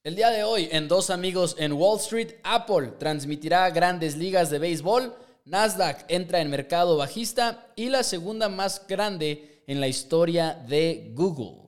El día de hoy, en Dos Amigos en Wall Street, Apple transmitirá grandes ligas de béisbol, Nasdaq entra en mercado bajista y la segunda más grande en la historia de Google.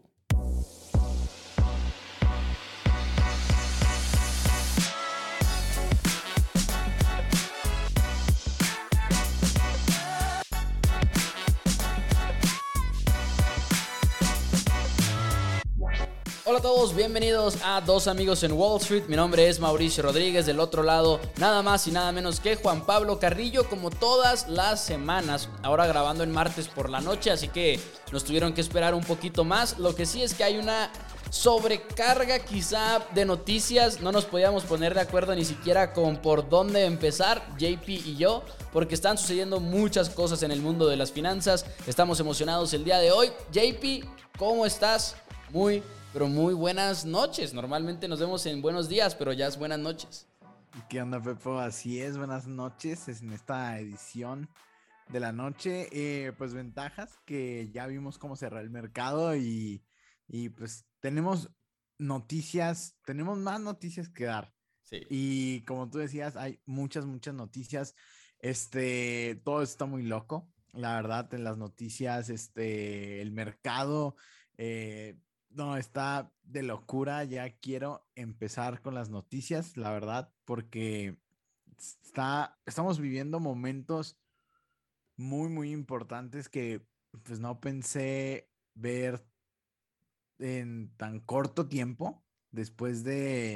Hola a todos, bienvenidos a Dos Amigos en Wall Street. Mi nombre es Mauricio Rodríguez, del otro lado nada más y nada menos que Juan Pablo Carrillo, como todas las semanas, ahora grabando en martes por la noche, así que nos tuvieron que esperar un poquito más. Lo que sí es que hay una sobrecarga quizá de noticias, no nos podíamos poner de acuerdo ni siquiera con por dónde empezar, JP y yo, porque están sucediendo muchas cosas en el mundo de las finanzas. Estamos emocionados el día de hoy. JP, ¿cómo estás? Pero muy buenas noches. Normalmente nos vemos en buenos días, pero ya es buenas noches. ¿Qué onda, Pepo? Así es, buenas noches. Es en esta edición de la noche. Pues ventajas que ya vimos cómo cerró el mercado y pues tenemos más noticias que dar. Sí. Y como tú decías, hay muchas noticias. Todo está muy loco, la verdad, en las noticias, el mercado, no, está de locura. Ya quiero empezar con las noticias, la verdad, porque estamos viviendo momentos muy importantes que pues no pensé ver en tan corto tiempo después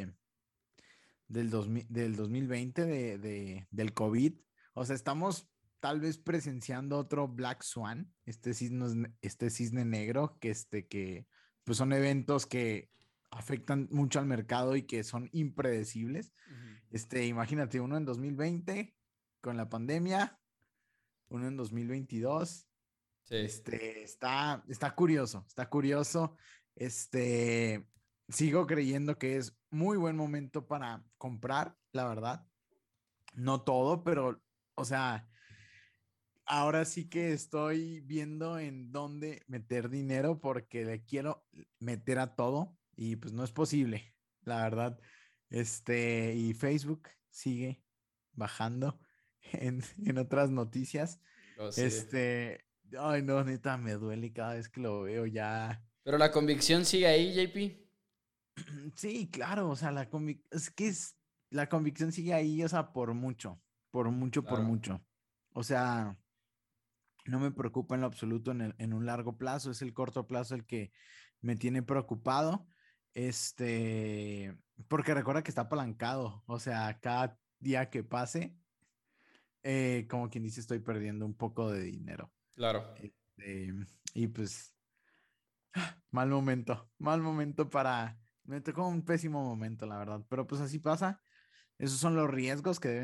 del 2020, del COVID. O sea, estamos tal vez presenciando otro Black Swan, este cisne negro, que pues son eventos que afectan mucho al mercado y que son impredecibles. Uh-huh. Imagínate, uno en 2020 con la pandemia, uno en 2022. Sí. Está curioso, está curioso. Este, Sigo creyendo que es muy buen momento para comprar, la verdad. No todo, pero, o sea, ahora sí que estoy viendo en dónde meter dinero porque le quiero meter a todo y pues no es posible, la verdad. Y Facebook sigue bajando en otras noticias. Lo sé. Este, Ay, no, neta, me duele cada vez que lo veo ya. Pero la convicción sigue ahí, JP. Sí, claro, o sea, la convicción sigue ahí, o sea, por Claro. mucho. O sea, no me preocupa en lo absoluto en un largo plazo, es el corto plazo el que me tiene preocupado. Porque recuerda que está apalancado, o sea, cada día que pase, como quien dice, estoy perdiendo un poco de dinero. Claro. Este, y pues mal momento me tocó un pésimo momento, la verdad, pero pues así pasa. Esos son los riesgos que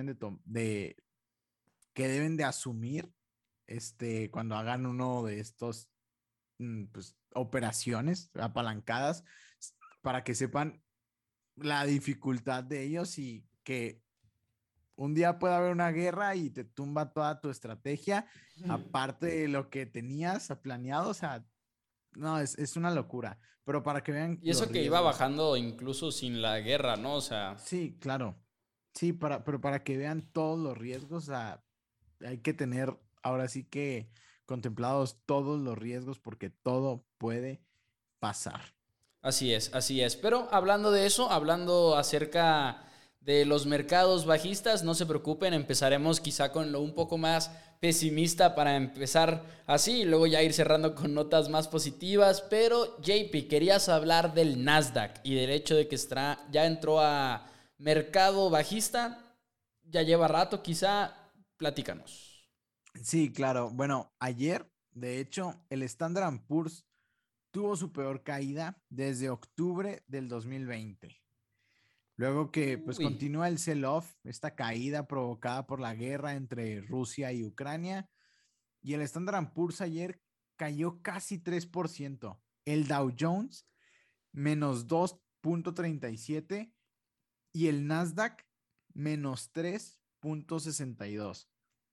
que deben de asumir, cuando hagan uno de estos, pues, operaciones apalancadas, para que sepan la dificultad de ellos y que un día puede haber una guerra y te tumba toda tu estrategia, aparte de lo que tenías planeado, o sea, no, es una locura, pero para que vean Y los eso que iba riesgos. bajando incluso sin la guerra, ¿no? O sea, Sí, claro. Sí, pero para que vean todos los riesgos, o sea, hay que tener ahora sí que contemplados todos los riesgos porque todo puede pasar. así es, así es. Pero hablando de eso, hablando acerca de los mercados bajistas, no se preocupen, empezaremos quizá con lo un poco más pesimista para empezar así y luego ya ir cerrando con notas más positivas. Pero JP, querías hablar del Nasdaq y del hecho de que ya entró a mercado bajista, ya lleva rato quizá, platícanos. Sí, claro. Bueno, ayer, de hecho, el Standard & Poor's tuvo su peor caída desde octubre del 2020. Luego que pues Uy, continúa el sell-off, esta caída provocada por la guerra entre Rusia y Ucrania, y el Standard & Poor's ayer cayó casi 3%. El Dow Jones menos 2,37 y el Nasdaq menos 3,62.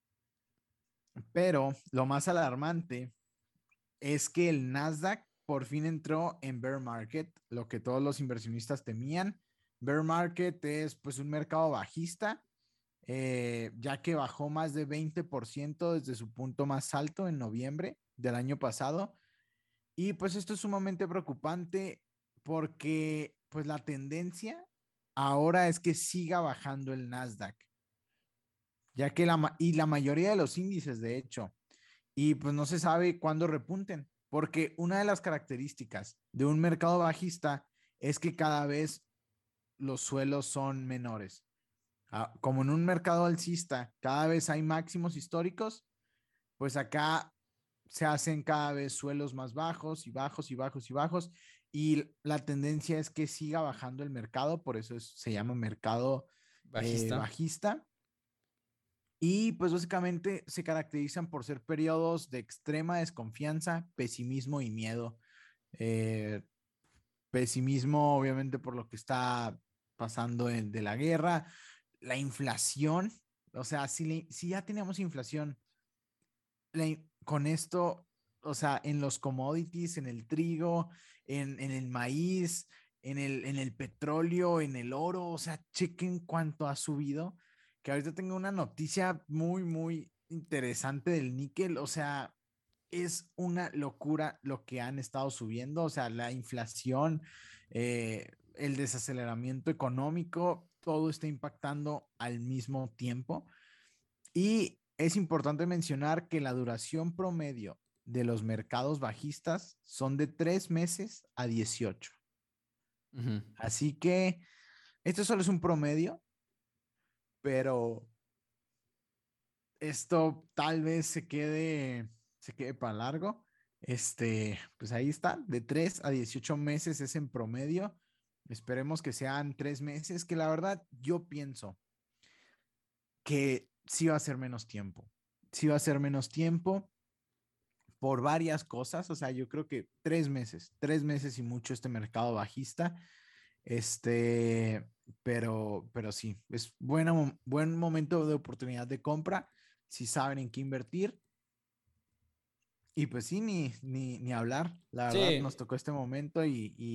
Pero lo más alarmante es que el Nasdaq por fin entró en bear market, lo que todos los inversionistas temían, Bear market es pues un mercado bajista, ya que bajó más de 20% desde su punto más alto en noviembre del año pasado. Y pues esto es sumamente preocupante porque pues la tendencia ahora es que siga bajando el Nasdaq, ya que la mayoría de los índices, de hecho, y pues no se sabe cuándo repunten, porque una de las características de un mercado bajista es que cada vez los suelos son menores. Como en un mercado alcista cada vez hay máximos históricos, pues acá se hacen cada vez suelos más bajos y bajos y bajos y bajos, y la tendencia es que siga bajando el mercado, por eso se llama mercado Bajista. bajista. Y pues básicamente se caracterizan por ser periodos de extrema desconfianza, pesimismo y miedo. Eh, Pesimismo, obviamente, por lo que está pasando de la guerra, la inflación. O sea, si ya tenemos inflación, con esto, o sea, en los commodities, en el trigo, en el maíz, en el petróleo, en el oro, o sea, chequen cuánto ha subido, que ahorita tengo una noticia muy, muy interesante del níquel, o sea, es una locura lo que han estado subiendo, o sea, la inflación, el desaceleramiento económico, todo está impactando al mismo tiempo. Y es importante mencionar que la duración promedio de los mercados bajistas son de 3 meses a 18. Ujú. Así que esto solo es un promedio, pero esto tal vez se quede para largo. Pues ahí está, de 3 a 18 meses es en promedio. Esperemos que sean 3 meses, que la verdad yo pienso que sí va a ser menos tiempo. Sí va a ser menos tiempo por varias cosas. O sea, yo creo que 3 meses y mucho este mercado bajista. Este, pero sí, es buen momento de oportunidad de compra si saben en qué invertir. Y pues sí, ni hablar. La verdad, Sí, nos tocó este momento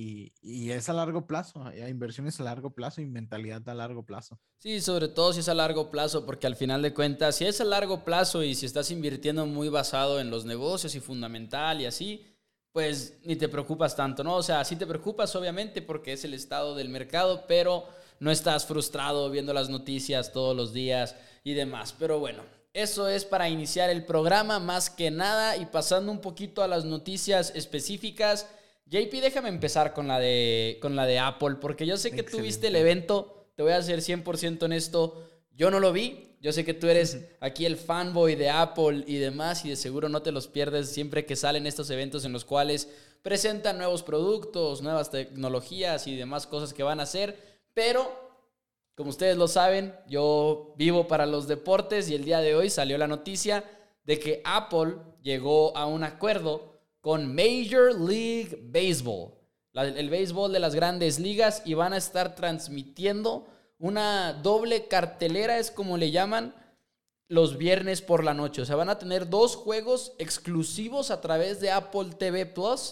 y es a largo plazo. Hay inversiones a largo plazo y mentalidad a largo plazo. sí, sobre todo si es a largo plazo, porque al final de cuentas, si es a largo plazo y si estás invirtiendo muy basado en los negocios y fundamental y así, pues ni te preocupas tanto, ¿no? O sea, sí te preocupas obviamente porque es el estado del mercado, pero no estás frustrado viendo las noticias todos los días y demás. Pero bueno, eso es para iniciar el programa más que nada y pasando un poquito a las noticias específicas. JP, déjame empezar con la de Apple, porque yo sé que tú viste el Excelente. evento, te voy a ser 100% honesto, yo no lo vi, yo sé que tú eres aquí el fanboy de Apple y demás, y de seguro no te los pierdes siempre que salen estos eventos en los cuales presentan nuevos productos, nuevas tecnologías y demás cosas que van a hacer, pero como ustedes lo saben, yo vivo para los deportes y el día de hoy salió la noticia de que Apple llegó a un acuerdo con Major League Baseball, el béisbol de las grandes ligas, y van a estar transmitiendo una doble cartelera, es como le llaman, los viernes por la noche. O sea, van a tener dos juegos exclusivos a través de Apple TV Plus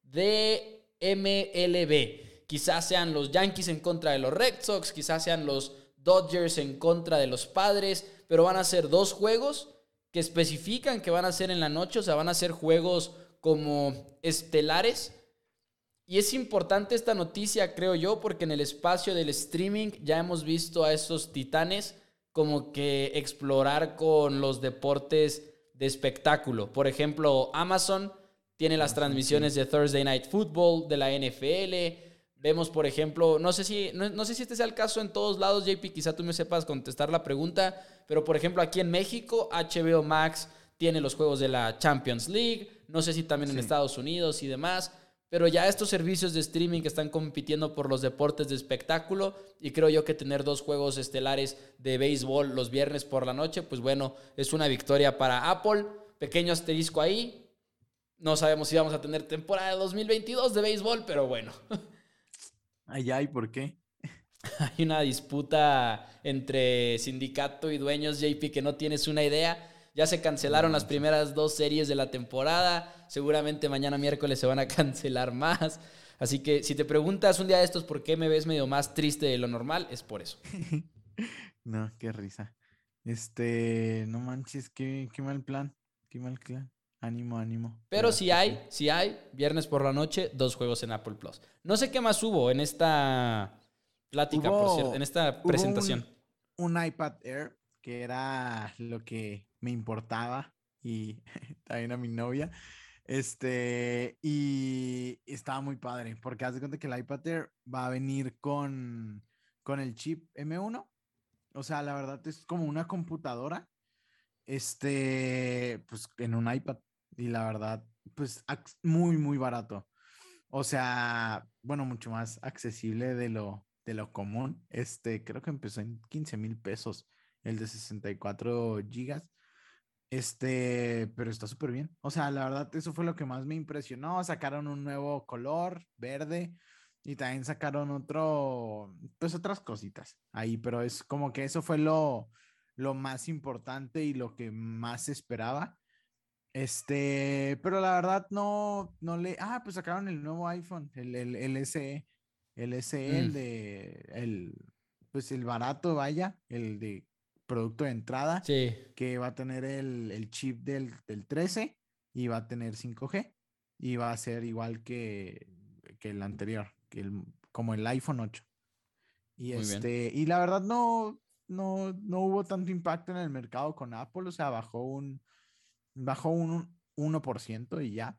de MLB. Quizás sean los Yankees en contra de los Red Sox, quizás sean los Dodgers en contra de los Padres, pero van a ser dos juegos que especifican que van a ser en la noche, o sea, van a ser juegos como estelares. Y es importante esta noticia, creo yo, porque en el espacio del streaming ya hemos visto a esos titanes como que explorar con los deportes de espectáculo. Por ejemplo, Amazon tiene las Amazon, sí. transmisiones de Thursday Night Football, de la NFL. Vemos, por ejemplo, no sé si este sea el caso en todos lados, JP, quizá tú me sepas contestar la pregunta, pero por ejemplo aquí en México, HBO Max tiene los juegos de la Champions League, no sé si también en Sí. Estados Unidos y demás, pero ya estos servicios de streaming que están compitiendo por los deportes de espectáculo, y creo yo que tener dos juegos estelares de béisbol los viernes por la noche, pues bueno, es una victoria para Apple. Pequeño asterisco ahí. No sabemos si vamos a tener temporada de 2022 de béisbol, pero bueno. Allá, ¿y por qué? Hay una disputa entre sindicato y dueños, JP, que no tienes una idea. Ya se No cancelaron las manches. primeras dos series de la temporada. Seguramente mañana miércoles se van a cancelar más. Así que si te preguntas un día de estos por qué me ves medio más triste de lo normal, es por eso. No, qué risa. No manches, qué mal plan. Qué mal plan. Ánimo, ánimo. Pero Verás que sí. sí hay, viernes por la noche, 2 juegos en Apple Plus. No sé qué más hubo en esta plática, por cierto, en Hubo, esta hubo presentación. un iPad Air que era lo que me importaba y también a mi novia. Y estaba muy padre, porque haz de cuenta que el iPad Air va a venir con el chip M1. O sea, la verdad es como una computadora, pues en un iPad. Y la verdad, pues muy, muy barato. O sea, bueno, mucho más accesible de lo común. Creo que empezó en 15,000 pesos el de 64 gigas. Pero está súper bien. O sea, la verdad, eso fue lo que más me impresionó. Sacaron un nuevo color, verde, y también sacaron pues otras cositas ahí, pero es como que eso fue lo más importante y lo que más esperaba. Pero la verdad pues sacaron el nuevo iPhone, el SE, Mm, pues el barato, vaya, el de producto de entrada, sí, que va a tener el chip del 13 y va a tener 5G y va a ser igual que el anterior, como el iPhone 8. muy bien. Y la verdad no hubo tanto impacto en el mercado con Apple, o sea, bajó un 1% y ya.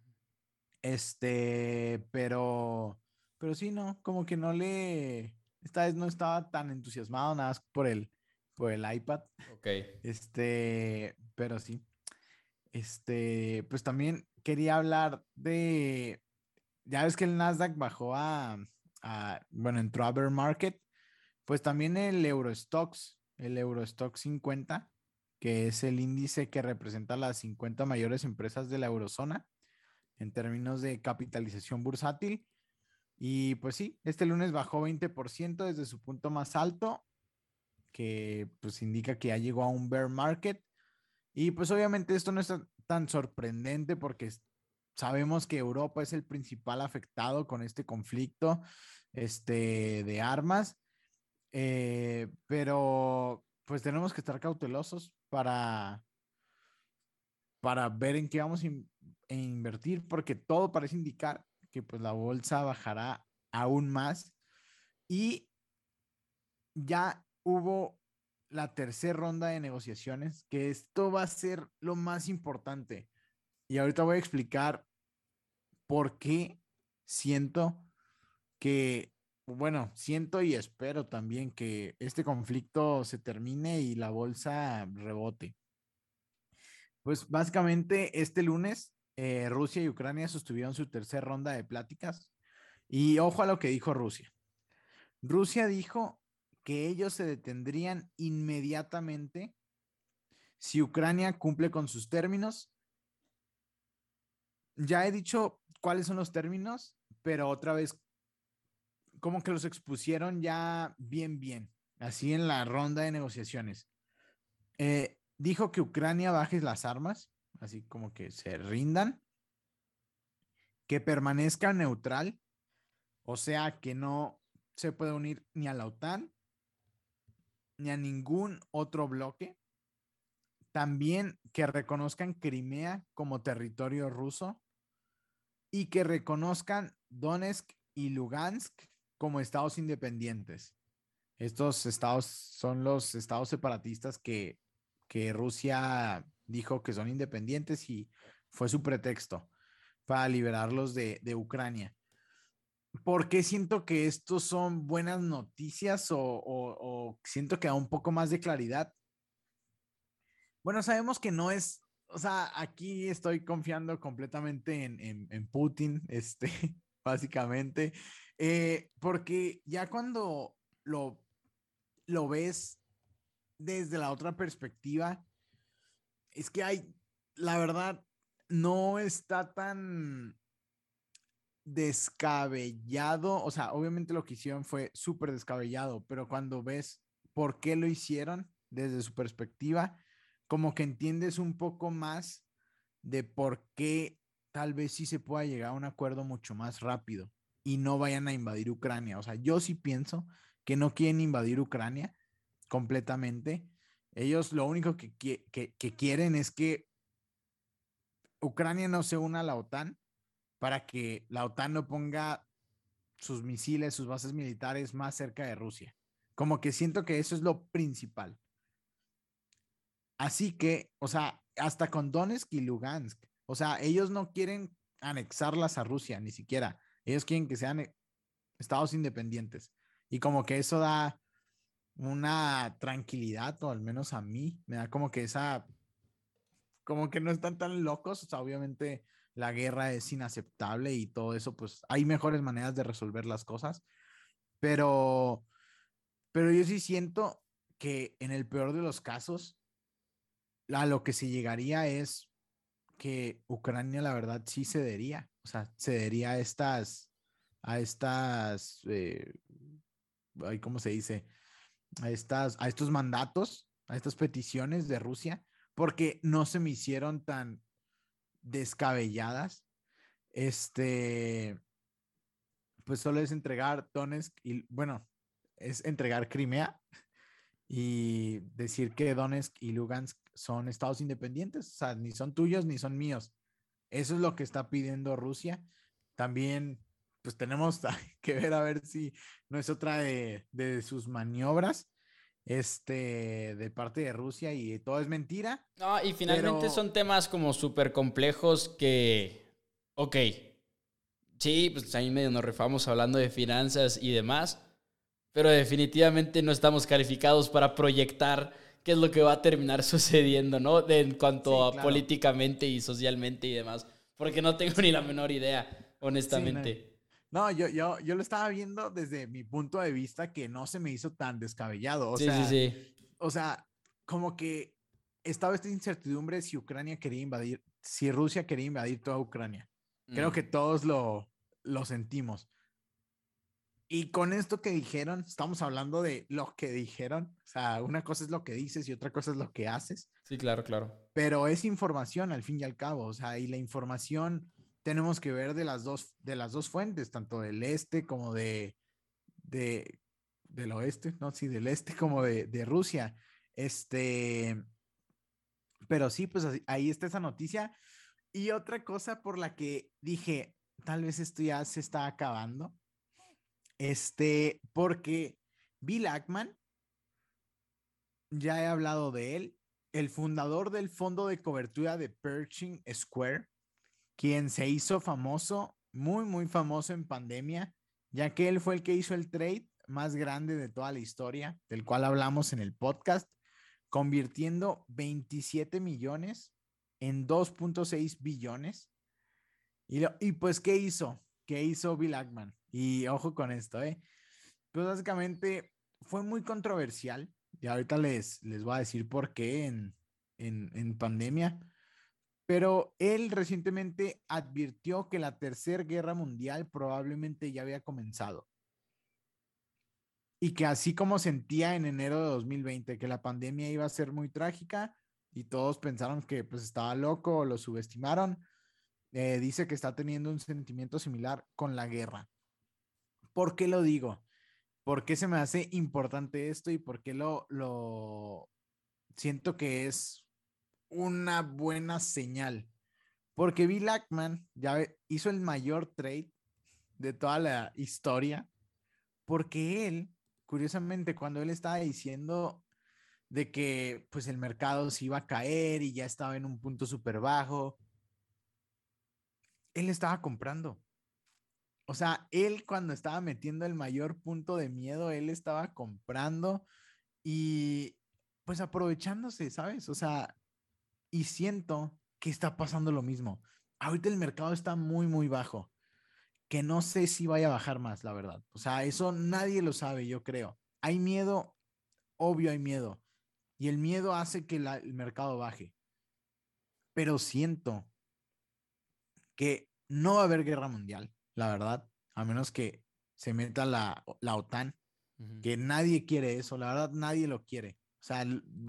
Pero sí, no, como que esta vez no estaba tan entusiasmado nada más por el iPad. Ok. Pero sí, pues también quería hablar ya ves que el Nasdaq bajó bueno, entró a bear market, pues también el Eurostox 50, que es el índice que representa las 50 mayores empresas de la eurozona en términos de capitalización bursátil. Y pues sí, este lunes bajó 20% desde su punto más alto, que pues indica que ya llegó a un bear market. Y pues obviamente esto no es tan sorprendente porque sabemos que Europa es el principal afectado con este conflicto de armas. Pero pues tenemos que estar cautelosos para ver en qué vamos a invertir, porque todo parece indicar que pues la bolsa bajará aún más y ya hubo la tercera ronda de negociaciones, que esto va a ser lo más importante. Y ahorita voy a explicar por qué siento que, bueno, siento y espero también que este conflicto se termine y la bolsa rebote. Pues básicamente este lunes Rusia y Ucrania sostuvieron su tercera ronda de pláticas y ojo a lo que dijo Rusia. Rusia dijo que ellos se detendrían inmediatamente si Ucrania cumple con sus términos. Ya he dicho cuáles son los términos, pero otra vez como que los expusieron ya bien, bien, así en la ronda de negociaciones. Dijo que Ucrania baje las armas, así como que se rindan, que permanezca neutral, o sea, que no se puede unir ni a la OTAN ni a ningún otro bloque. También que reconozcan Crimea como territorio ruso y que reconozcan Donetsk y Lugansk como estados independientes. Estos estados son los estados separatistas que Rusia dijo que son independientes y fue su pretexto para liberarlos de Ucrania. ¿Por qué siento que estos son buenas noticias o siento que da un poco más de claridad? Bueno, sabemos que no es, o sea, aquí estoy confiando completamente en Putin, básicamente, porque ya cuando lo ves desde la otra perspectiva, es que la verdad, no está tan descabellado, o sea, obviamente lo que hicieron fue súper descabellado, pero cuando ves por qué lo hicieron desde su perspectiva, como que entiendes un poco más de por qué tal vez sí se pueda llegar a un acuerdo mucho más rápido. y no vayan a invadir Ucrania. O sea, yo sí pienso que no quieren invadir Ucrania completamente. Ellos lo único que quieren es que Ucrania no se una a la OTAN para que la OTAN no ponga sus misiles, sus bases militares más cerca de Rusia. Como que siento que eso es lo principal. Así que, o sea, hasta con Donetsk y Lugansk, o sea, ellos no quieren anexarlas a Rusia, ni siquiera. Ellos quieren que sean estados independientes. Y como que eso da una tranquilidad, o al menos a mí, me da como que esa, como que no están tan locos. O sea, obviamente la guerra es inaceptable y todo eso, pues hay mejores maneras de resolver las cosas. Pero, pero yo sí siento que en el peor de los casos, a lo que se llegaría es que Ucrania, la verdad, sí cedería. O sea, cedería a estas, ¿cómo se dice? A estos mandatos, a estas peticiones de Rusia, porque no se me hicieron tan descabelladas. Este, pues solo es entregar Donetsk y, bueno, es entregar Crimea y decir que Donetsk y Lugansk son estados independientes, o sea, ni son tuyos ni son míos. Eso es lo que está pidiendo Rusia. También, pues tenemos que ver a ver si no es otra de sus maniobras, de parte de Rusia y todo es mentira, No, y finalmente pero son temas como súper complejos que, ok, sí, pues ahí medio nos rifamos hablando de finanzas y demás, pero definitivamente no estamos calificados para proyectar qué es lo que va a terminar sucediendo, ¿no? En cuanto sí, a claro. políticamente y socialmente y demás, porque no tengo ni la menor idea, Sí, no. honestamente. No, yo lo estaba viendo desde mi punto de vista que no se me hizo tan descabellado. Sí, sí, sí. O sea, como que estaba esta incertidumbre si Ucrania quería invadir, si Rusia quería invadir toda Ucrania. Creo que Mm. todos lo sentimos. Y con esto que dijeron, estamos hablando de lo que dijeron. O sea, una cosa es lo que dices y otra cosa es lo que haces, Sí, claro, claro. pero es información al fin y al cabo. O sea, y la información tenemos que ver de las dos fuentes, tanto del este como de, del oeste, no, sí, del este como de Rusia. Este, pero sí, pues ahí está esa noticia. Y otra cosa por la que dije, tal vez esto ya se está acabando, porque Bill Ackman, ya he hablado de él, el fundador del fondo de cobertura de Pershing Square, quien se hizo famoso, muy, muy famoso en pandemia, ya que él fue el que hizo el trade más grande de toda la historia, del cual hablamos en el podcast, convirtiendo 27 millones en 2.6 billones. Y pues, ¿qué hizo? ¿Qué hizo Bill Ackman? Y ojo con esto, ¿eh? Pues básicamente fue muy controversial. Y ahorita les voy a decir por qué en pandemia. Pero él recientemente advirtió que la Tercera Guerra Mundial probablemente ya había comenzado. Y que así como sentía en enero de 2020 que la pandemia iba a ser muy trágica y todos pensaron que pues estaba loco o lo subestimaron, dice que está teniendo un sentimiento similar con la guerra. ¿Por qué lo digo? ¿Por qué se me hace importante esto y por qué lo siento que es una buena señal? Porque Bill Ackman ya hizo el mayor trade de toda la historia, porque él, curiosamente, cuando él estaba diciendo de que pues el mercado se iba a caer y ya estaba en un punto súper bajo, él estaba comprando. O sea, él cuando estaba metiendo el mayor punto de miedo, él estaba comprando y pues aprovechándose, ¿sabes? O sea, y siento que está pasando lo mismo. Ahorita el mercado está muy, muy bajo, que no sé si vaya a bajar más, la verdad. O sea, eso nadie lo sabe, yo creo. Hay miedo, obvio hay miedo, y el miedo hace que el mercado baje, pero siento que no va a haber guerra mundial, la verdad, a menos que se meta la OTAN, Ujú. que nadie quiere eso, la verdad, nadie lo quiere. O sea,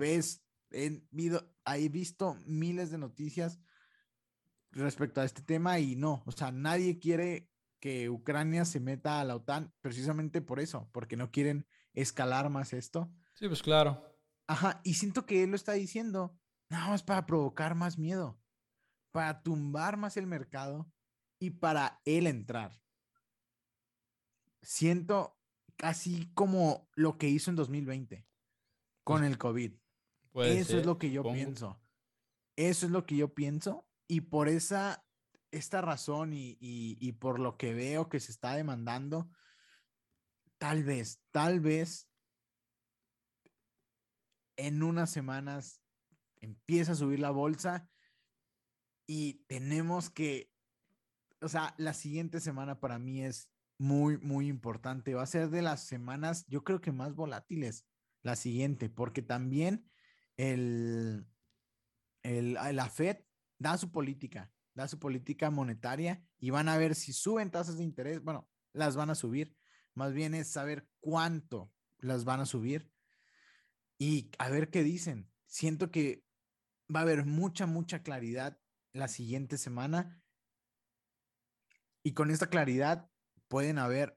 he visto miles de noticias respecto a este tema y no, o sea, nadie quiere que Ucrania se meta a la OTAN precisamente por eso, porque no quieren escalar más esto. Sí, pues claro. Ajá, y siento que él lo está diciendo, nada más para provocar más miedo, para tumbar más el mercado y para él entrar. Siento casi como lo que hizo en 2020 Pues con el COVID. puede Eso es ser, lo que yo supongo. pienso. Eso es lo que yo pienso y por esta razón y por lo que veo que se está demandando, tal vez en unas semanas empieza a subir la bolsa y tenemos que, o sea, la siguiente semana para mí es muy, muy importante. Va a ser de las semanas, yo creo que más volátiles, la siguiente, porque también el, la Fed da su política monetaria y van a ver si suben tasas de interés. Bueno, las van a subir. Más bien es saber cuánto las van a subir y a ver qué dicen. Siento que va a haber mucha, mucha claridad la siguiente semana y con esta claridad pueden haber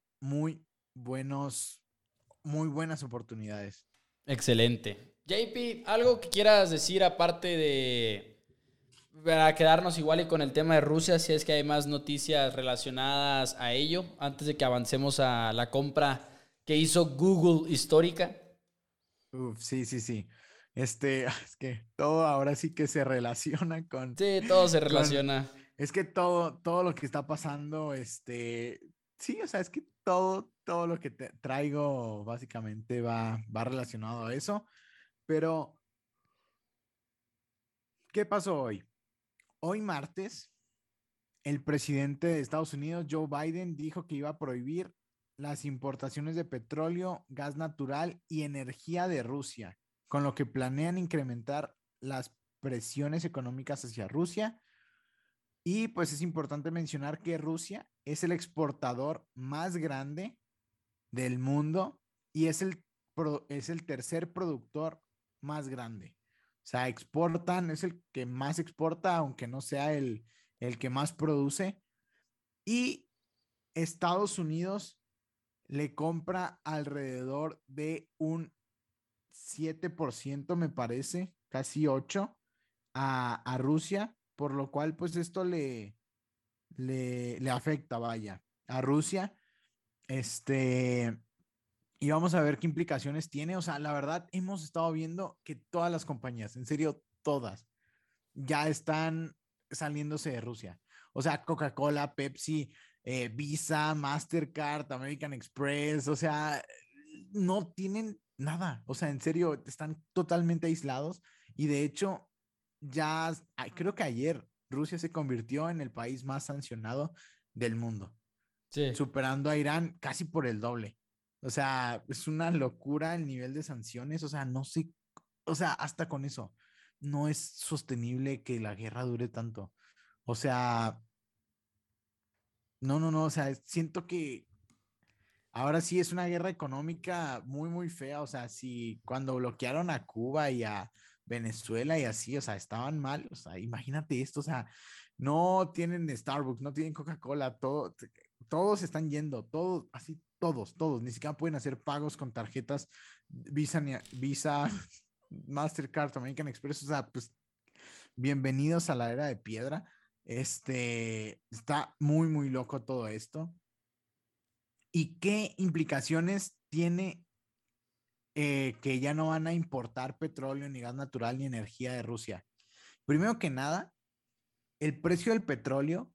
muy buenas oportunidades. Excelente. JP, ¿algo que quieras decir aparte de, para quedarnos igual y con el tema de Rusia, si es que hay más noticias relacionadas a ello, antes de que avancemos a la compra que hizo Google histórica? Uf, sí, sí, sí. Es que todo ahora sí que se relaciona Sí, todo se con, relaciona. es que todo lo que está pasando, sí, o sea, es que todo lo que traigo básicamente va relacionado a eso. Pero, ¿qué pasó hoy? Hoy martes, el presidente de Estados Unidos, Joe Biden, dijo que iba a prohibir las importaciones de petróleo, gas natural y energía de Rusia, con lo que planean incrementar las presiones económicas hacia Rusia. Y pues es importante mencionar que Rusia es el exportador más grande del mundo y es el tercer productor más grande. O sea, exportan, es el que más exporta, aunque no sea el que más produce. Y Estados Unidos le compra alrededor de un 7%, me parece, casi 8%, a Rusia, por lo cual pues esto le afecta, vaya, a Rusia. Este, y vamos a ver qué implicaciones tiene. O sea, la verdad, hemos estado viendo que todas las compañías, en serio, todas, ya están saliéndose de Rusia. O sea, Coca-Cola, Pepsi, Visa, Mastercard, American Express, o sea, no tienen nada. O sea, en serio, están totalmente aislados. Y de hecho, ya creo que ayer Rusia se convirtió en el país más sancionado del mundo, Sí. superando a Irán casi por el doble. O sea, es una locura el nivel de sanciones. O sea, no sé, o sea, hasta con eso, no es sostenible que la guerra dure tanto. O sea, no, o sea, siento que ahora sí es una guerra económica muy, muy fea. O sea, si cuando bloquearon a Cuba y a Venezuela y así, o sea, estaban mal. O sea, imagínate esto, o sea, no tienen Starbucks, no tienen Coca-Cola, todos están yendo, todos, así, todos, ni siquiera pueden hacer pagos con tarjetas Visa, Mastercard, American Express. O sea, pues bienvenidos a la era de piedra. Está muy, muy loco todo esto. ¿Y qué implicaciones tiene que ya no van a importar petróleo, ni gas natural, ni energía de Rusia? Primero que nada, el precio del petróleo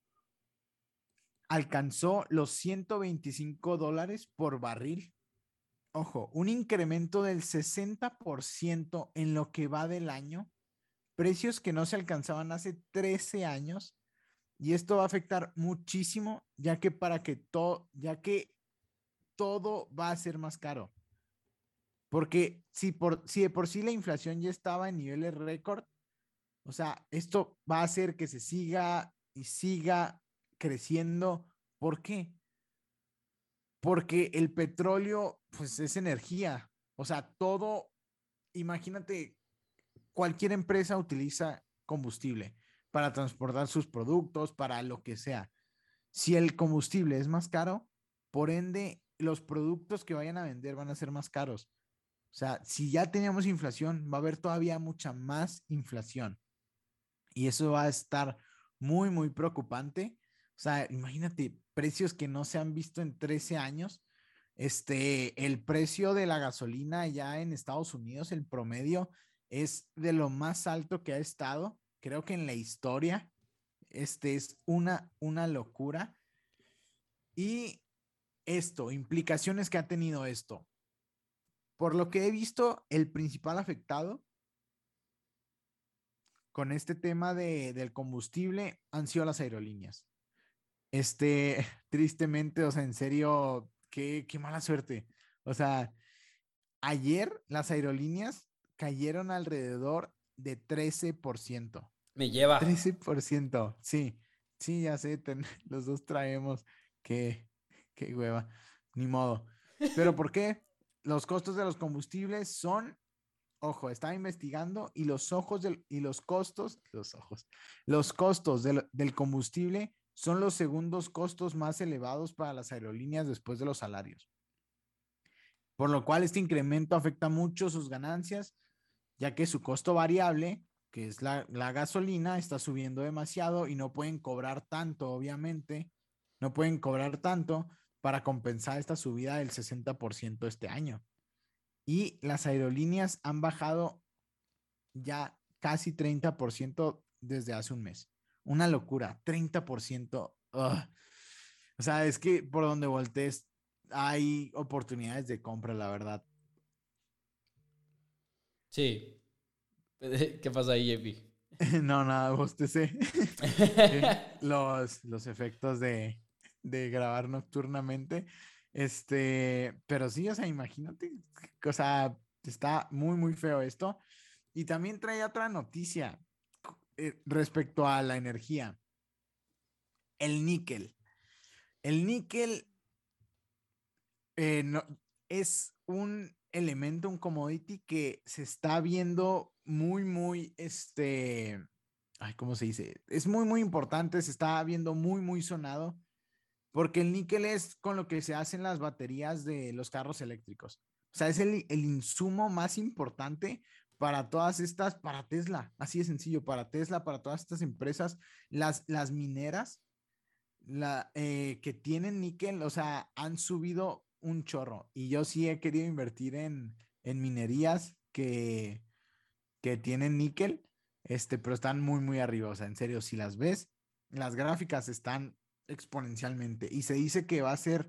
alcanzó los $125 por barril. Ojo, un incremento del 60% en lo que va del año, precios que no se alcanzaban hace 13 años. Y esto va a afectar muchísimo, ya que todo va a ser más caro. Porque si de por sí la inflación ya estaba en niveles récord, o sea, esto va a hacer que se siga y siga creciendo. ¿Por qué? Porque el petróleo, pues es energía. O sea, imagínate, cualquier empresa utiliza combustible para transportar sus productos, para lo que sea. Si el combustible es más caro, por ende, los productos que vayan a vender van a ser más caros. O sea, si ya teníamos inflación, va a haber todavía mucha más inflación. Y eso va a estar muy, muy preocupante. O sea, imagínate, precios que no se han visto en 13 años. El precio de la gasolina ya en Estados Unidos, el promedio es de lo más alto que ha estado, creo que en la historia. Es una locura. Y implicaciones que ha tenido esto. Por lo que he visto, el principal afectado con este tema del combustible han sido las aerolíneas. Tristemente, o sea, en serio, qué mala suerte. O sea, ayer las aerolíneas cayeron alrededor de 13%. Me lleva. 13%, sí, sí, ya sé, los dos traemos, qué, qué hueva, ni modo. ¿Pero por qué? Los costos de los combustibles son, ojo, estaba investigando y los costos del combustible son los segundos costos más elevados para las aerolíneas después de los salarios. Por lo cual este incremento afecta mucho sus ganancias, ya que su costo variable, que es la gasolina, está subiendo demasiado y no pueden cobrar tanto, obviamente, no pueden cobrar tanto para compensar esta subida del 60% este año. Y las aerolíneas han bajado ya casi 30% desde hace un mes. Una locura, 30%. Ugh. O sea, es que por donde voltees hay oportunidades de compra, la verdad. Sí. ¿Qué pasa ahí, JP? No, nada, bostecé. Los efectos de grabar nocturnamente. Pero sí, o sea, imagínate, o sea, está muy, muy feo esto. Y también trae otra noticia respecto a la energía. El níquel. El níquel no, es un elemento, un commodity que se está viendo muy, muy, ay, ¿cómo se dice? Es muy, muy importante, se está viendo muy, muy sonado, porque el níquel es con lo que se hacen las baterías de los carros eléctricos. O sea, es el insumo más importante para todas estas, para Tesla, así de sencillo, para Tesla, para todas estas empresas, las mineras que tienen níquel, o sea, han subido un chorro. Y yo sí he querido invertir en minerías que tienen níquel, pero están muy, muy arriba. O sea, en serio, si las ves, las gráficas están exponencialmente. Y se dice que va a ser,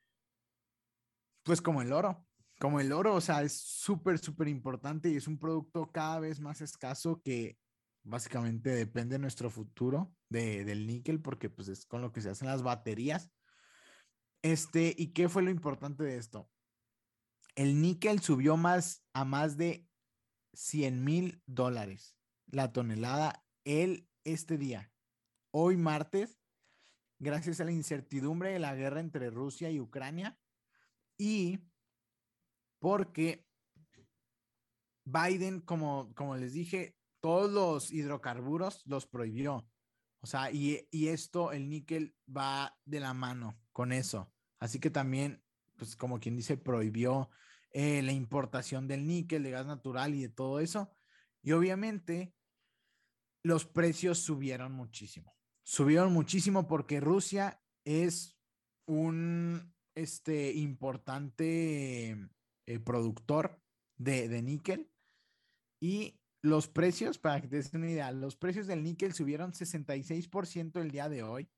pues, como el oro, o sea, es súper, súper importante y es un producto cada vez más escaso que básicamente depende de nuestro futuro del níquel, porque pues es con lo que se hacen las baterías. ¿Y qué fue lo importante de esto? El níquel subió a más de $100,000 la tonelada este día, hoy martes, gracias a la incertidumbre de la guerra entre Rusia y Ucrania y porque Biden, como les dije, todos los hidrocarburos los prohibió. O sea, y esto, el níquel va de la mano con eso. Así que también, pues como quien dice, prohibió la importación del níquel, de gas natural y de todo eso. Y obviamente los precios subieron muchísimo. Subieron muchísimo porque Rusia es un importante productor de níquel y los precios, para que te des una idea, los precios del níquel subieron 66% el día de hoy.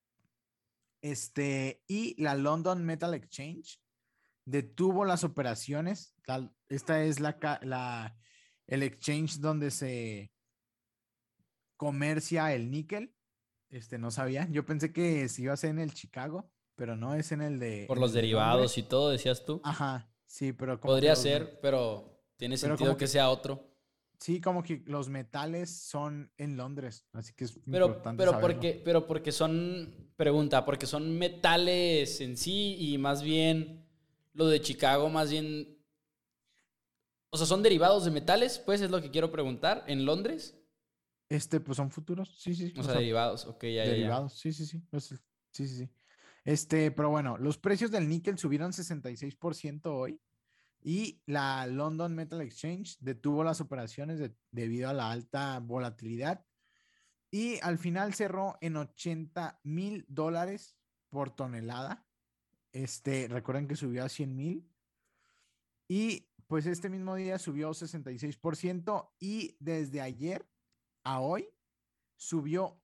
Y la London Metal Exchange detuvo las operaciones. Esta es el exchange donde se comercia el níquel. No sabía. Yo pensé que se iba a hacer en el Chicago, pero no, es Por en los el de Londres. derivados y todo, decías tú. Ajá, sí, pero como que Podría ser, pero tiene pero sentido como que que, sea otro. sí, como que los metales son en Londres, así que es Pero, importante pero saberlo. porque, pero porque son, pregunta, porque son metales en sí y más bien lo de Chicago, más bien, o sea, son derivados de metales, pues es lo que quiero preguntar, en Londres. Pues son futuros, sí, sí, O o sea, sea, derivados, ok, ya, ya, ya. derivados, sí, sí, sí. Sí, sí, sí. Pero bueno, los precios del níquel subieron 66% hoy y la London Metal Exchange detuvo las operaciones debido a la alta volatilidad y al final cerró en $80,000 por tonelada. Recuerden que subió a 100,000 y pues este mismo día subió 66% y desde ayer a hoy subió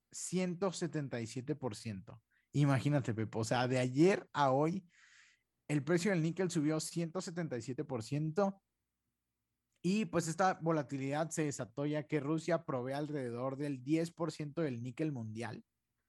177%. Imagínate, Pepo, o sea, de ayer a hoy el precio del níquel subió 177% y pues esta volatilidad se desató ya que Rusia provee alrededor del 10% del níquel mundial,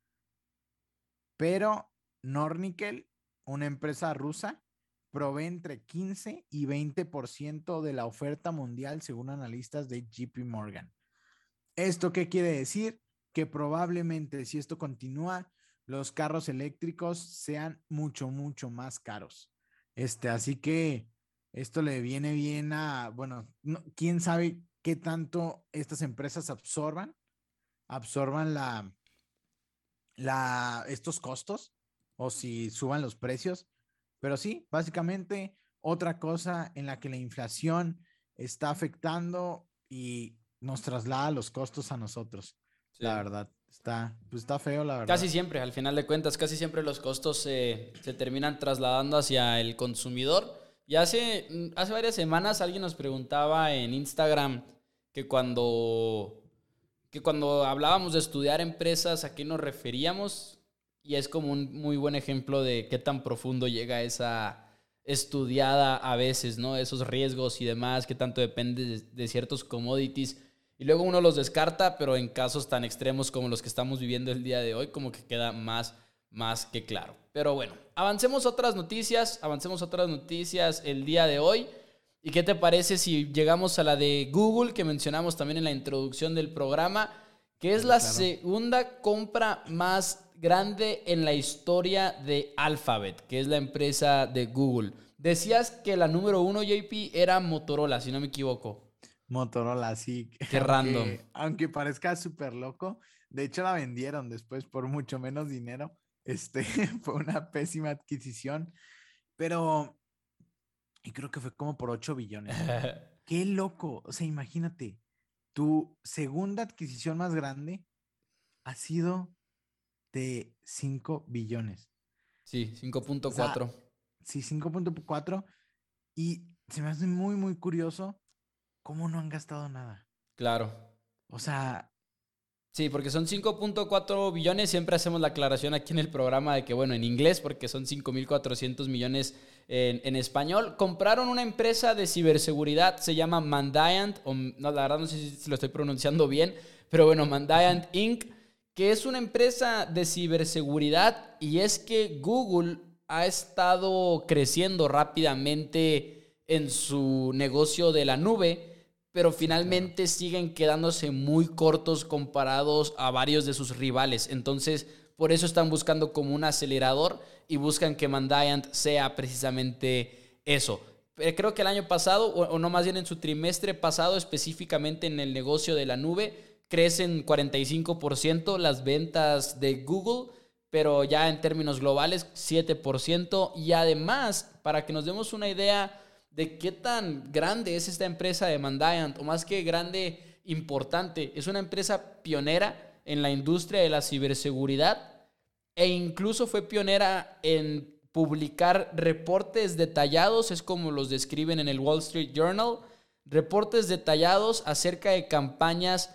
pero Nornickel, una empresa rusa, provee entre 15 y 20% de la oferta mundial según analistas de JP Morgan. ¿Esto qué quiere decir? Que probablemente si esto continúa, los carros eléctricos sean mucho, mucho más caros. Así que esto le viene bien bueno, no, quién sabe qué tanto estas empresas absorban estos costos o si suban los precios. Pero sí, básicamente otra cosa en la que la inflación está afectando y nos traslada los costos a nosotros. La Sí. verdad, está feo, la Casi verdad. siempre, al final de cuentas, casi siempre los costos se terminan trasladando hacia el consumidor. Y hace varias semanas alguien nos preguntaba en Instagram que cuando hablábamos de estudiar empresas, ¿a qué nos referíamos? Y es como un muy buen ejemplo de qué tan profundo llega esa estudiada a veces, ¿no? Esos riesgos y demás, qué tanto depende de ciertos commodities. Y luego uno los descarta, pero en casos tan extremos como los que estamos viviendo el día de hoy, como que queda más que claro. Pero bueno, avancemos otras noticias el día de hoy. ¿Y qué te parece si llegamos a la de Google, que mencionamos también en la introducción del programa, que es Claro, la claro. segunda compra más grande en la historia de Alphabet, que es la empresa de Google? Decías que la número uno, JP, era Motorola, si no me equivoco. Motorola, sí, Qué random. aunque parezca súper loco, de hecho la vendieron después por mucho menos dinero. Fue una pésima adquisición, pero y creo que fue como por 8 billones. Qué loco, o sea, imagínate, tu segunda adquisición más grande ha sido de 5 billones. Sí, O sea, 5.4. sí, 5,4 y se me hace muy, muy curioso cómo no han gastado nada. Claro. O sea, Sí, porque son 5.4 billones. Siempre hacemos la aclaración aquí en el programa de que, bueno, en inglés, porque son 5.400 millones en español. Compraron una empresa de ciberseguridad, se llama Mandiant, o no, la verdad no sé si lo estoy pronunciando bien, pero bueno, Mandiant Inc., que es una empresa de ciberseguridad. Y es que Google ha estado creciendo rápidamente en su negocio de la nube, pero sí, claro. finalmente siguen quedándose muy cortos comparados a varios de sus rivales. Entonces, por eso están buscando como un acelerador y buscan que Mandiant sea precisamente eso. Creo que el año pasado, o no, más bien en su trimestre pasado, específicamente en el negocio de la nube, crecen 45% las ventas de Google, pero ya en términos globales 7%. Y además, para que nos demos una idea de qué tan grande es esta empresa de Mandiant, o más que grande, importante, es una empresa pionera en la industria de la ciberseguridad e incluso fue pionera en publicar reportes detallados, es como los describen en el Wall Street Journal, reportes detallados acerca de campañas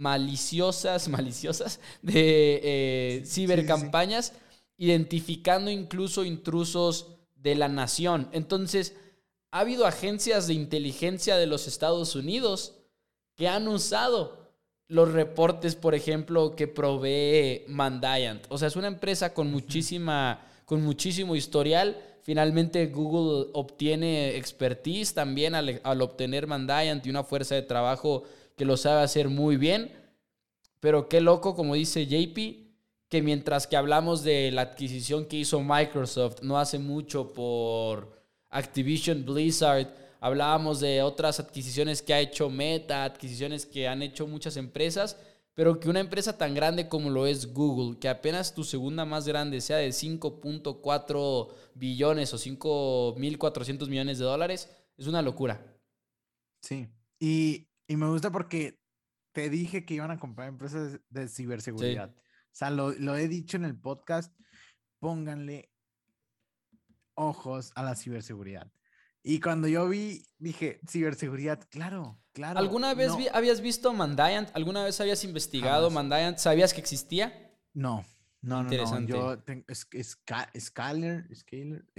maliciosas de Sí, sí, sí. cibercampañas, identificando incluso intrusos de la nación. Entonces, ha habido agencias de inteligencia de los Estados Unidos que han usado los reportes, por ejemplo, que provee Mandiant. O sea, es una empresa Ujú. con muchísimo historial. Finalmente Google obtiene expertise también al obtener Mandiant y una fuerza de trabajo que lo sabe hacer muy bien. Pero qué loco, como dice JP, que mientras que hablamos de la adquisición que hizo Microsoft no hace mucho por Activision Blizzard, hablábamos de otras adquisiciones que ha hecho Meta, adquisiciones que han hecho muchas empresas, pero que una empresa tan grande como lo es Google, que apenas tu segunda más grande sea de 5.4 billones o 5.400 millones de dólares, es una locura. Sí. Y me gusta porque te dije que iban a comprar empresas de Sí. ciberseguridad. O sea, lo he dicho en el podcast, pónganle ojos a la ciberseguridad. Y cuando yo vi, dije, ciberseguridad, claro, claro, ¿Alguna vez no, habías visto Mandiant? ¿Alguna vez habías investigado jamás. Mandiant? ¿Sabías que existía? No, no. Interesante. Yo tengo Scalar,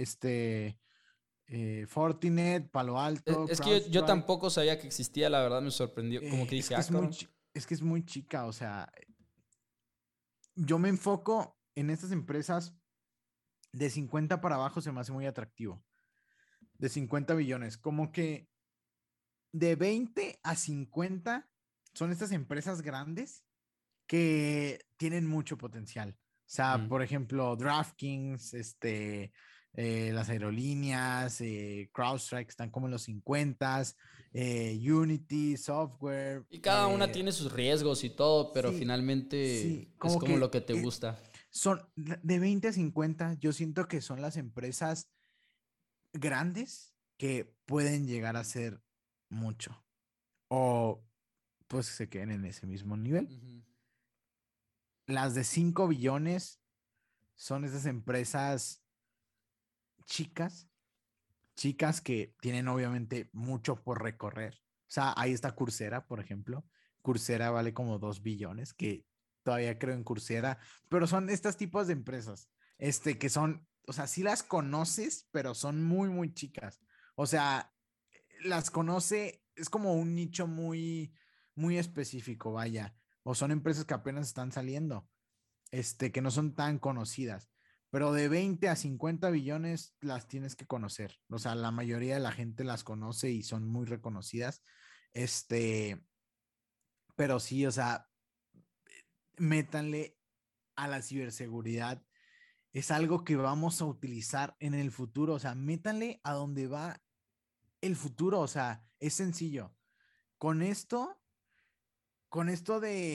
Fortinet, Palo Alto, Es que yo CrowdStrike. tampoco sabía que existía, la verdad me sorprendió. Como que Es dije, que ah, cabrón. es que es muy chica, o sea, yo me enfoco en estas empresas de 50 para abajo, se me hace muy atractivo. De 50 billones, como que de 20 a 50 son estas empresas grandes que tienen mucho potencial. O sea, Mm. por ejemplo, DraftKings, las aerolíneas, CrowdStrike están como en los 50, Unity, Software. Y cada una tiene sus riesgos y todo, pero Sí, finalmente sí, es como como lo que que te gusta. son de 20 a 50, yo siento que son las empresas grandes que pueden llegar a ser mucho o pues se queden en ese mismo nivel. Ujú. Las de 5 billones son esas empresas chicas, chicas que tienen obviamente mucho por recorrer. O sea, ahí está Coursera, por ejemplo. Coursera vale como 2 billones, que todavía creo en Coursera, pero son estos tipos de empresas, que son, o sea, sí las conoces, pero son muy, muy chicas. O sea, las conoce, es como un nicho muy, muy específico, vaya. O son empresas que apenas están saliendo, que no son tan conocidas. Pero de 20 a 50 billones las tienes que conocer. O sea, la mayoría de la gente las conoce y son muy reconocidas. Este, pero sí, o sea, métanle a la ciberseguridad. Es algo que vamos a utilizar en el futuro. O sea, métanle a donde va el futuro. O sea, es sencillo. Con esto, con esto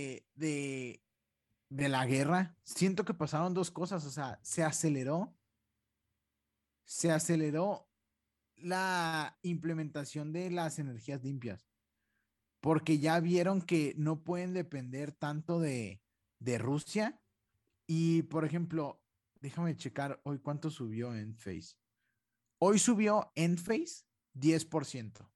de la guerra, siento que pasaron dos cosas. O sea, se aceleró la implementación de las energías limpias, porque ya vieron que no pueden depender tanto de Rusia. Y, por ejemplo, déjame checar hoy cuánto subió en Face. Hoy subió en Face 10%.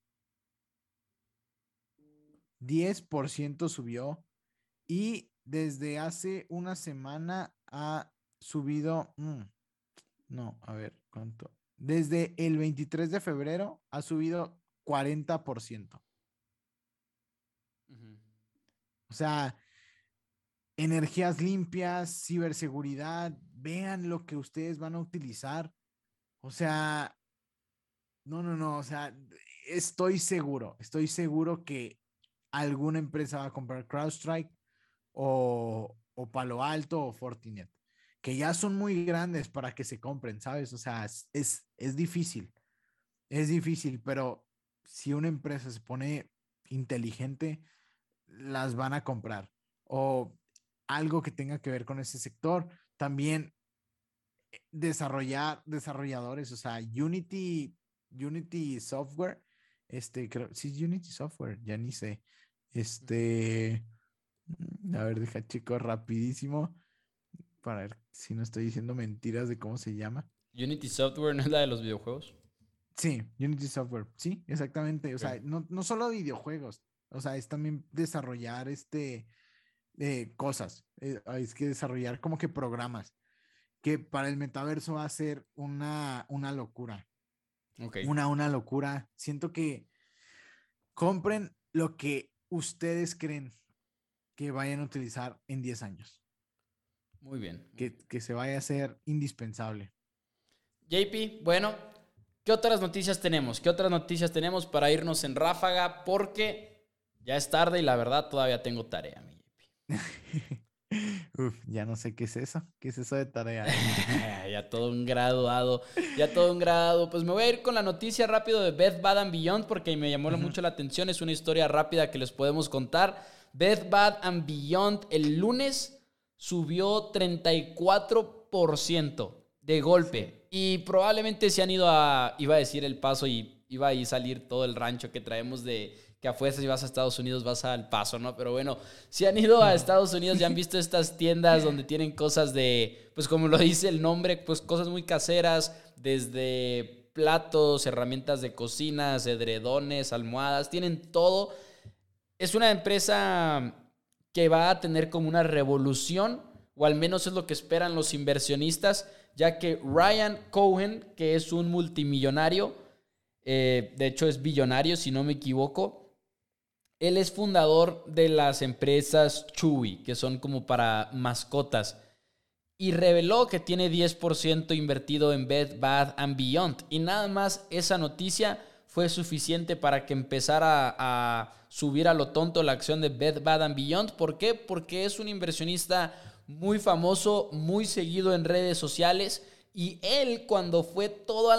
10% subió y desde hace una semana ha subido, no, a ver, ¿cuánto? Desde el 23 de febrero ha subido 40%. Ujú. O sea, energías limpias, ciberseguridad, vean lo que ustedes van a utilizar. O sea, no, o sea, estoy seguro que alguna empresa va a comprar CrowdStrike o Palo Alto o Fortinet, que ya son muy grandes para que se compren, ¿sabes? O sea, es difícil, pero si una empresa se pone inteligente, las van a comprar. O algo que tenga que ver con ese sector. También desarrolladores, o sea, Unity Software, creo, sí, Unity Software, ya ni sé. Ujú. A ver, deja chico rapidísimo para ver si no estoy diciendo mentiras de cómo se llama. Unity Software no es la de los videojuegos. Sí, Unity Software, sí, exactamente. O Ok. sea, no solo videojuegos, o sea, es también desarrollar cosas, es que desarrollar como que programas, que para el metaverso va a ser una locura, Ok. una locura. Siento que compren lo que ustedes creen que vayan a utilizar en 10 años, Muy bien, muy bien. que se vaya a ser indispensable. JP, bueno, ¿qué otras noticias tenemos? ¿Qué otras noticias tenemos para irnos en ráfaga? Porque ya es tarde y la verdad todavía tengo tarea, mi JP. Uf, ya no sé qué es eso de tarea, Ya todo un graduado, ya todo un graduado. Pues me voy a ir con la noticia rápido de Bed Bath & Beyond porque me llamó Ujú. mucho la atención. Es una historia rápida que les podemos contar Bed Bath & Beyond el lunes subió 34% de golpe. Y probablemente se han ido iba a decir El Paso y iba a salir todo el rancho que traemos de que a fuerzas si vas a Estados Unidos vas al Paso, ¿no? Pero bueno, si han ido a Estados Unidos ya han visto estas tiendas donde tienen cosas de, pues como lo dice el nombre, pues cosas muy caseras, desde platos, herramientas de cocinas, edredones, almohadas, tienen todo. Es una empresa que va a tener como una revolución, o al menos es lo que esperan los inversionistas, ya que Ryan Cohen, que es un multimillonario, de hecho es billonario si no me equivoco, él es fundador de las empresas Chewy, que son como para mascotas, y reveló que tiene 10% invertido en Bed Bath & Beyond. Y nada más esa noticia fue suficiente para que empezara a subir a lo tonto la acción de Bed Bath & Beyond. ¿Por qué? Porque es un inversionista muy famoso, muy seguido en redes sociales. Y él, cuando fue todo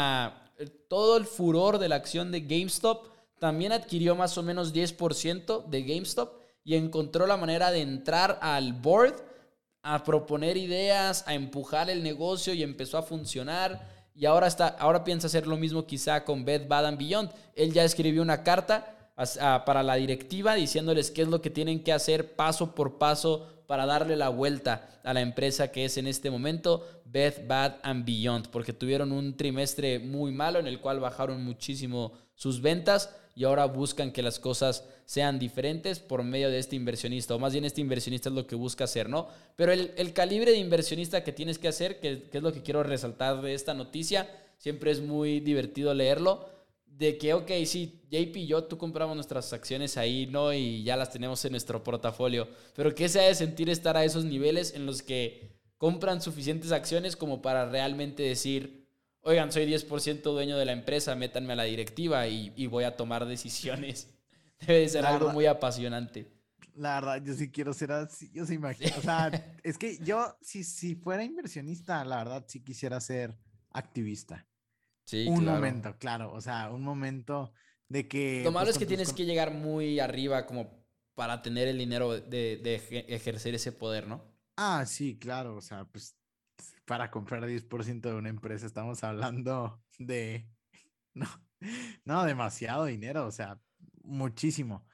el furor de la acción de GameStop, también adquirió más o menos 10% de GameStop y encontró la manera de entrar al board, a proponer ideas, a empujar el negocio y empezó a funcionar. Y ahora piensa hacer lo mismo quizá con Bed Bath & Beyond. Él ya escribió una carta para la directiva diciéndoles qué es lo que tienen que hacer paso por paso para darle la vuelta a la empresa que es en este momento Bed Bath & Beyond, porque tuvieron un trimestre muy malo en el cual bajaron muchísimo sus ventas y ahora buscan que las cosas sean diferentes por medio de este inversionista, o más bien este inversionista es lo que busca hacer, ¿no? Pero el calibre de inversionista que tienes que hacer, que es lo que quiero resaltar de esta noticia, siempre es muy divertido leerlo, de que, ok, sí, JP y yo, tú compramos nuestras acciones ahí, ¿no? Y ya las tenemos en nuestro portafolio, pero ¿qué se ha de sentir estar a esos niveles en los que compran suficientes acciones como para realmente decir, oigan, soy 10% dueño de la empresa, métanme a la directiva y voy a tomar decisiones? Debe de ser algo muy apasionante. La verdad, yo sí quiero ser así, yo se imagino. O sea, es que yo, si fuera inversionista, la verdad sí quisiera ser activista. Sí, Un claro. momento, claro, o sea, un momento de que... Lo malo pues, es que tienes que llegar muy arriba como para tener el dinero de ejercer ese poder, ¿no? Ah, sí, claro, o sea, pues para comprar 10% de una empresa estamos hablando de... No, no, demasiado dinero, o sea, muchísimo.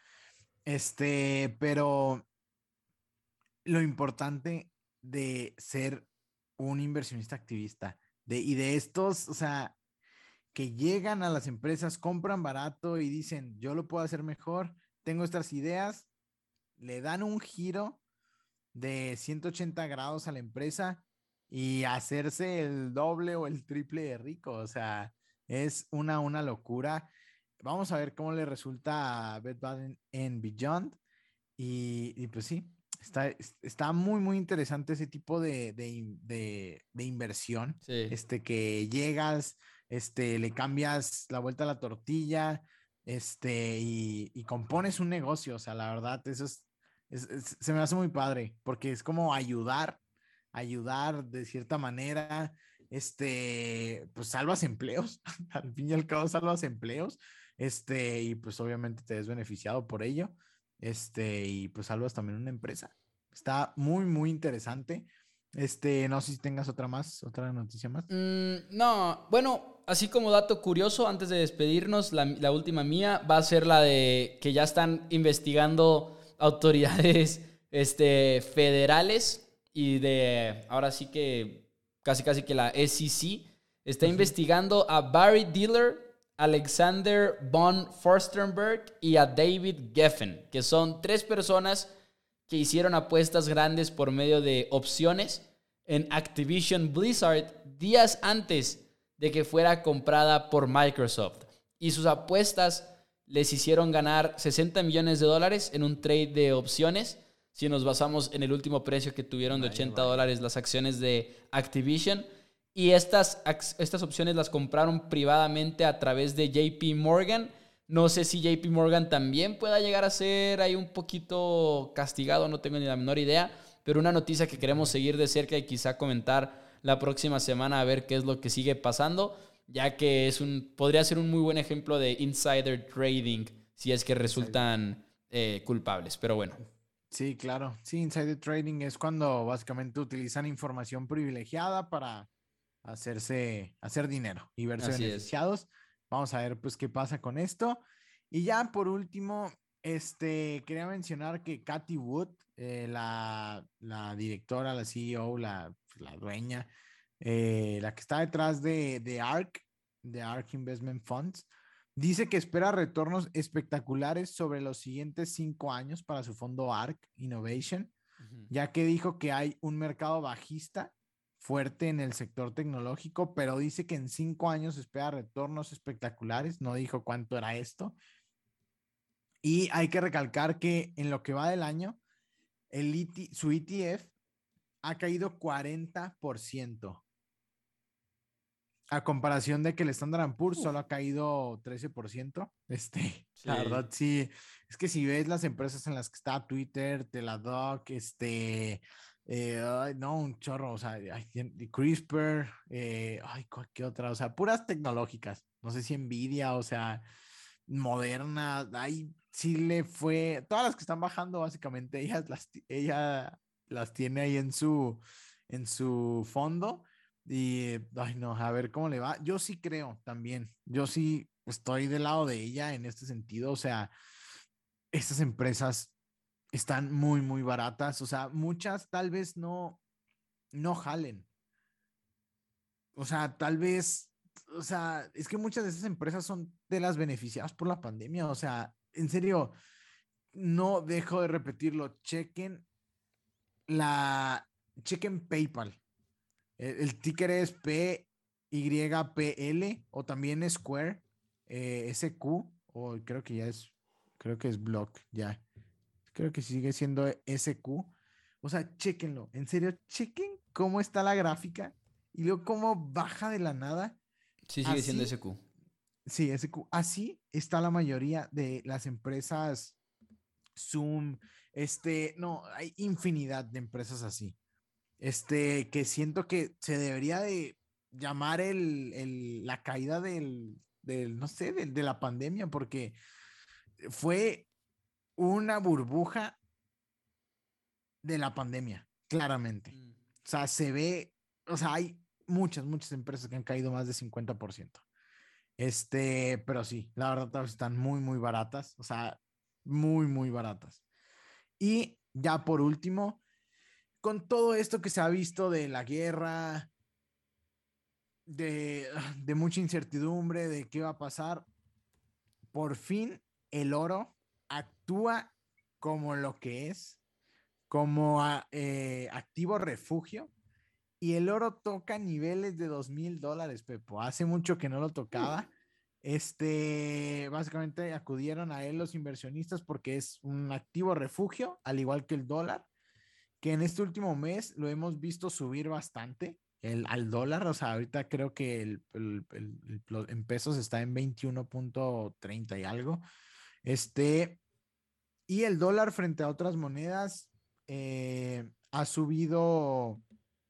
Pero lo importante de ser un inversionista activista, y de estos, o sea, que llegan a las empresas, compran barato y dicen, yo lo puedo hacer mejor, tengo estas ideas, le dan un giro de 180 grados a la empresa y hacerse el doble o el triple de rico. O sea, es una locura. Vamos a ver cómo le resulta a Bed Bath & Beyond. Y pues sí, está muy, muy interesante ese tipo de inversión. Sí. Que llegas, le cambias la vuelta a la tortilla, y compones un negocio. O sea, la verdad, eso se me hace muy padre, porque es como ayudar de cierta manera, pues salvas empleos, al fin y al cabo salvas empleos, y pues obviamente te ves beneficiado por ello, y pues salvas también una empresa. Está muy, muy interesante. No sé si tengas otra noticia más. No, bueno, así como dato curioso, antes de despedirnos, la última mía va a ser la de que ya están investigando autoridades federales y ahora sí que casi que la SEC está investigando a Barry Diller, Alexander von Furstenberg y a David Geffen, que son 3 personas que hicieron apuestas grandes por medio de opciones en Activision Blizzard días antes de que fuera comprada por Microsoft. Y sus apuestas les hicieron ganar $60 millones en un trade de opciones. Si nos basamos en el último precio que tuvieron de $80 las acciones de Activision. Y estas opciones las compraron privadamente a través de JP Morgan. No sé si JP Morgan también pueda llegar a ser ahí un poquito castigado, no tengo ni la menor idea, pero una noticia que queremos seguir de cerca y quizá comentar la próxima semana a ver qué es lo que sigue pasando, ya que podría ser un muy buen ejemplo de insider trading si es que resultan culpables, pero bueno. Sí, claro. Sí, insider trading es cuando básicamente utilizan información privilegiada para hacer dinero y verse Así es. beneficiados. Vamos a ver pues qué pasa con esto. Y ya por último, quería mencionar que Cathy Wood, la directora, la CEO, la dueña, la que está detrás de ARK Investment Funds, dice que espera retornos espectaculares sobre los siguientes 5 años para su fondo ARK Innovation, Ujú. ya que dijo que hay un mercado bajista fuerte en el sector tecnológico, pero dice que en 5 años espera retornos espectaculares. No dijo cuánto era esto. Y hay que recalcar que en lo que va del año, su ETF ha caído 40%, a comparación de que el Standard Poor's Uf, solo ha caído 13%. La sí. verdad, sí, es que si ves las empresas en las que está Twitter, Teladoc, ay, no, un chorro, o sea, CRISPR, ay, ¿qué otra? O sea, puras tecnológicas, no sé si Nvidia, o sea, Moderna, ahí sí le fue, todas las que están bajando, básicamente, ella las tiene ahí en su fondo. Y, ay, no, a ver cómo le va. Yo sí creo también. Yo sí estoy del lado de ella en este sentido. O sea, estas empresas están muy, muy baratas. O sea, muchas tal vez no jalen. O sea, tal vez, o sea, es que muchas de esas empresas son de las beneficiadas por la pandemia. O sea, en serio, no dejo de repetirlo. La, chequen PayPal. El ticker es PYPL o también Square, SQ, o creo que es Block, ya. Creo que sigue siendo SQ. O sea, chéquenlo, en serio, chequen cómo está la gráfica y luego cómo baja de la nada. Sí, sigue siendo Así, SQ. sí, SQ, así está la mayoría de las empresas Zoom, no, hay infinidad de empresas así. Que siento que se debería de llamar la caída no sé, de la pandemia, porque fue una burbuja de la pandemia, claramente. Mm. O sea, se ve, o sea, hay muchas, muchas empresas que han caído más de 50%. Pero sí, la verdad todas están muy, muy baratas, o sea, muy, muy baratas. Y ya por último, con todo esto que se ha visto de la guerra, de mucha incertidumbre de qué va a pasar, por fin el oro actúa como lo que es, como activo refugio, y el oro toca niveles de $2,000, Pepo. Hace mucho que no lo Uf. tocaba. Básicamente acudieron a él los inversionistas porque es un activo refugio, al igual que el dólar, que en este último mes lo hemos visto subir bastante al dólar. O sea, ahorita creo que en pesos está en 21.30 y algo. Este, y el dólar frente a otras monedas ha subido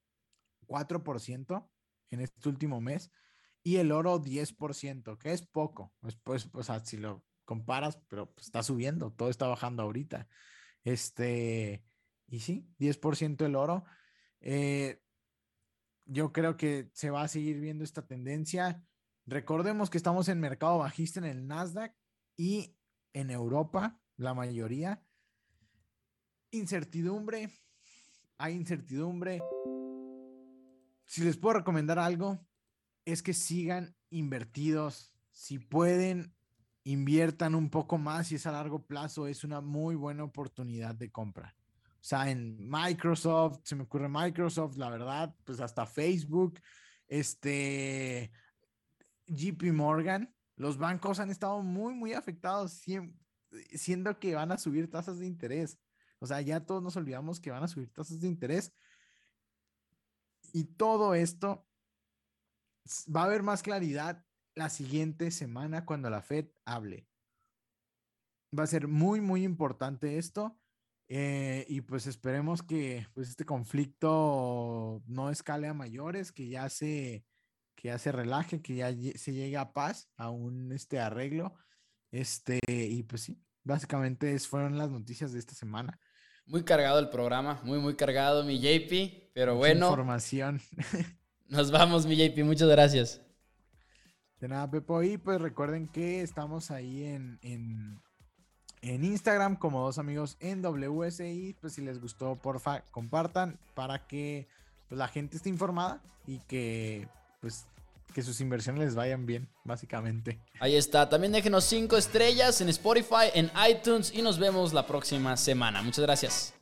4% en este último mes y el oro 10%, que es poco. Pues, o sea, si lo comparas, pero pues, está subiendo, todo está bajando ahorita. Este, y sí, 10% el oro. Eh, yo creo que se va a seguir viendo esta tendencia. Recordemos que estamos en mercado bajista en el Nasdaq y en Europa, la mayoría. Incertidumbre, hay incertidumbre. Si les puedo recomendar algo, es que sigan invertidos. Si pueden, inviertan un poco más y es a largo plazo, es una muy buena oportunidad de compra. O sea, en Microsoft, se me ocurre Microsoft, la verdad, pues hasta Facebook, JP Morgan, los bancos han estado muy, muy afectados, siendo que van a subir tasas de interés. O sea, ya todos nos olvidamos que van a subir tasas de interés y todo esto va a haber más claridad la siguiente semana cuando la Fed hable. Va a ser muy, muy importante esto. Y pues esperemos que pues este conflicto no escale a mayores, que ya se relaje, que ya se llegue a paz, a un arreglo. Y pues sí, Básicamente fueron las noticias de esta semana. Muy cargado el programa, muy cargado, mi JP. Pero Mucha bueno, información. nos vamos, mi JP. Muchas gracias. De nada, Pepo. Y pues recuerden que estamos ahí en Instagram como Dos Amigos en WSI. Pues si les gustó, porfa, compartan para que pues, la gente esté informada y que pues que sus inversiones les vayan bien, básicamente. Ahí está. También déjenos 5 estrellas en Spotify, en iTunes y nos vemos la próxima semana. Muchas gracias.